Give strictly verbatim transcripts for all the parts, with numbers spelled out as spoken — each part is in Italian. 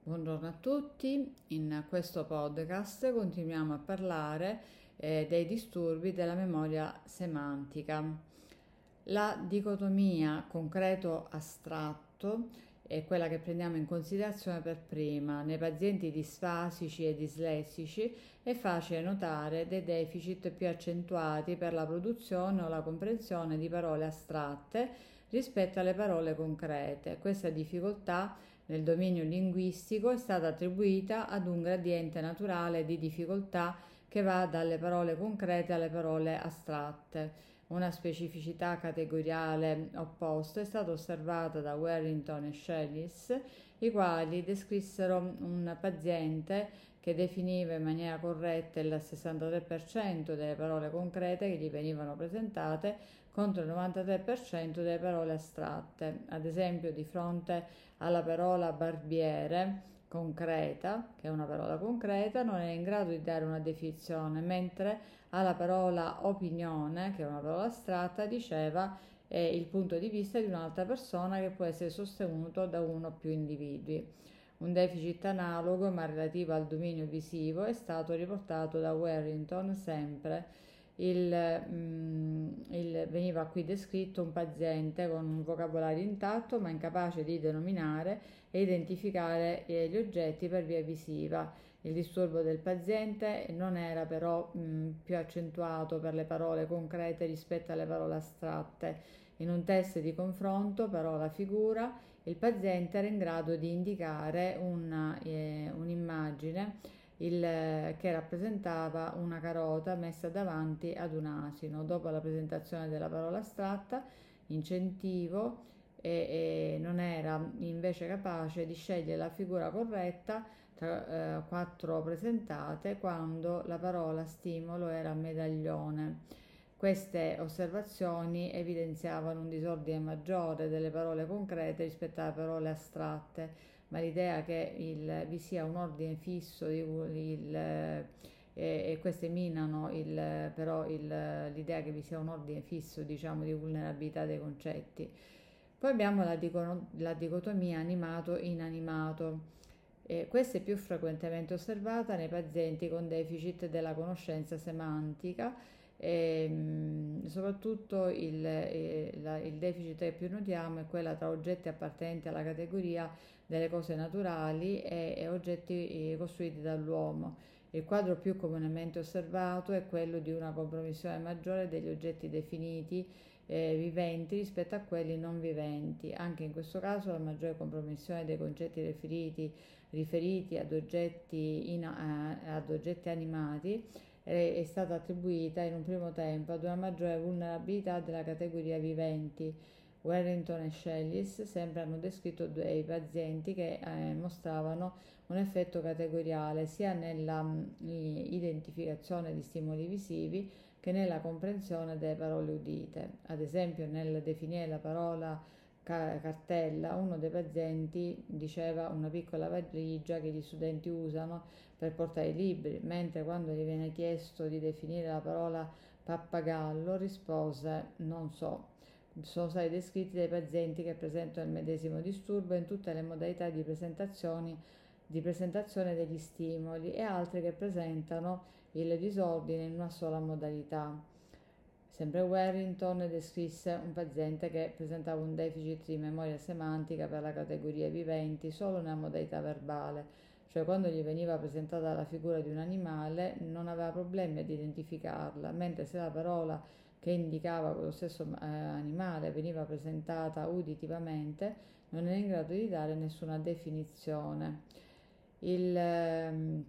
Buongiorno a tutti, in questo podcast continuiamo a parlare eh, dei disturbi della memoria semantica. La dicotomia concreto-astratto è quella che prendiamo in considerazione per prima. Nei pazienti disfasici e dislessici è facile notare dei deficit più accentuati per la produzione o la comprensione di parole astratte rispetto alle parole concrete. Questa difficoltà nel dominio linguistico è stata attribuita ad un gradiente naturale di difficoltà che va dalle parole concrete alle parole astratte. Una specificità categoriale opposta è stata osservata da Warrington e Shellis, i quali descrissero un paziente che definiva in maniera corretta il sessantatré per cento delle parole concrete che gli venivano presentate contro il novantatré per cento delle parole astratte. Ad esempio, di fronte alla parola barbiere concreta, che è una parola concreta, non è in grado di dare una definizione, mentre alla parola opinione, che è una parola astratta, diceva è il punto di vista di un'altra persona che può essere sostenuto da uno o più individui. Un deficit analogo, ma relativo al dominio visivo, è stato riportato da Warrington sempre. Il, mm, il, veniva qui descritto un paziente con un vocabolario intatto ma incapace di denominare e identificare eh, gli oggetti per via visiva. Il disturbo del paziente non era però mh, più accentuato per le parole concrete rispetto alle parole astratte. In un test di confronto parola-figura il paziente era in grado di indicare una, eh, un'immagine il, che rappresentava una carota messa davanti ad un asino. Dopo la presentazione della parola astratta, incentivo, e, e non era invece capace di scegliere la figura corretta tra eh, quattro presentate quando la parola stimolo era medaglione. Queste osservazioni evidenziavano un disordine maggiore delle parole concrete rispetto alle parole astratte, ma l'idea che il, vi sia un ordine fisso di, il, e, e queste minano il, però il, l'idea che vi sia un ordine fisso, diciamo, di vulnerabilità dei concetti. Poi abbiamo la, dico, la dicotomia animato-inanimato. E questa è più frequentemente osservata nei pazienti con deficit della conoscenza semantica e soprattutto il, il, il deficit che più notiamo è quella tra oggetti appartenenti alla categoria delle cose naturali e, e oggetti costruiti dall'uomo. Il quadro più comunemente osservato è quello di una compromissione maggiore degli oggetti definiti eh, viventi rispetto a quelli non viventi. Anche in questo caso la maggiore compromissione dei concetti riferiti, riferiti ad, oggetti in, eh, ad oggetti animati è, è stata attribuita in un primo tempo ad una maggiore vulnerabilità della categoria viventi. Warrington e Shellis sempre hanno descritto dei pazienti che eh, mostravano un effetto categoriale sia nella mh, identificazione di stimoli visivi che nella comprensione delle parole udite. Ad esempio, nel definire la parola ca- cartella, uno dei pazienti diceva una piccola valigia che gli studenti usano per portare i libri, mentre quando gli viene chiesto di definire la parola pappagallo rispose non so. Sono stati descritti dai pazienti che presentano il medesimo disturbo in tutte le modalità di presentazione, di presentazione degli stimoli e altri che presentano il disordine in una sola modalità. Sempre Warrington descrisse un paziente che presentava un deficit di memoria semantica per la categoria viventi solo nella modalità verbale, cioè quando gli veniva presentata la figura di un animale non aveva problemi ad identificarla, mentre se la parola che indicava quello stesso eh, animale veniva presentata uditivamente, non era in grado di dare nessuna definizione. Il, ehm,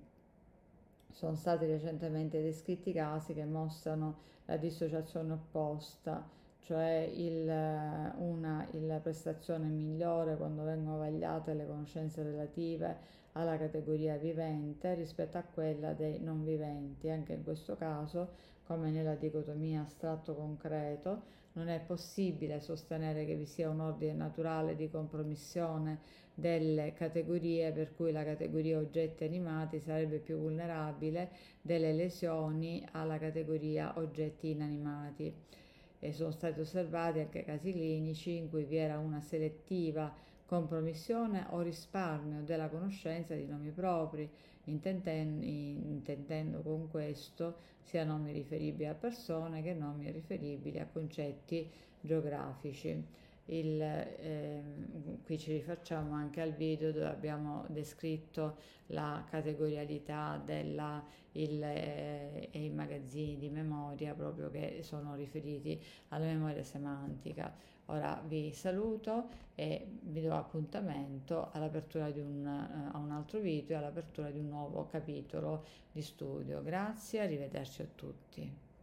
sono stati recentemente descritti casi che mostrano la dissociazione opposta, cioè il, una il prestazione migliore quando vengono vagliate le conoscenze relative alla categoria vivente rispetto a quella dei non viventi. Anche in questo caso, come nella dicotomia astratto-concreto, non è possibile sostenere che vi sia un ordine naturale di compromissione delle categorie per cui la categoria oggetti animati sarebbe più vulnerabile delle lesioni alla categoria oggetti inanimati. E sono stati osservati anche casi clinici in cui vi era una selettiva compromissione o risparmio della conoscenza di nomi propri, intenden- intendendo con questo sia nomi riferibili a persone che nomi riferibili a concetti geografici. Il, ehm, qui ci rifacciamo anche al video dove abbiamo descritto la categorialità della, il, eh, e i magazzini di memoria proprio che sono riferiti alla memoria semantica. Ora vi saluto e vi do appuntamento all'apertura di un, eh, a un altro video e all'apertura di un nuovo capitolo di studio. Grazie, arrivederci a tutti.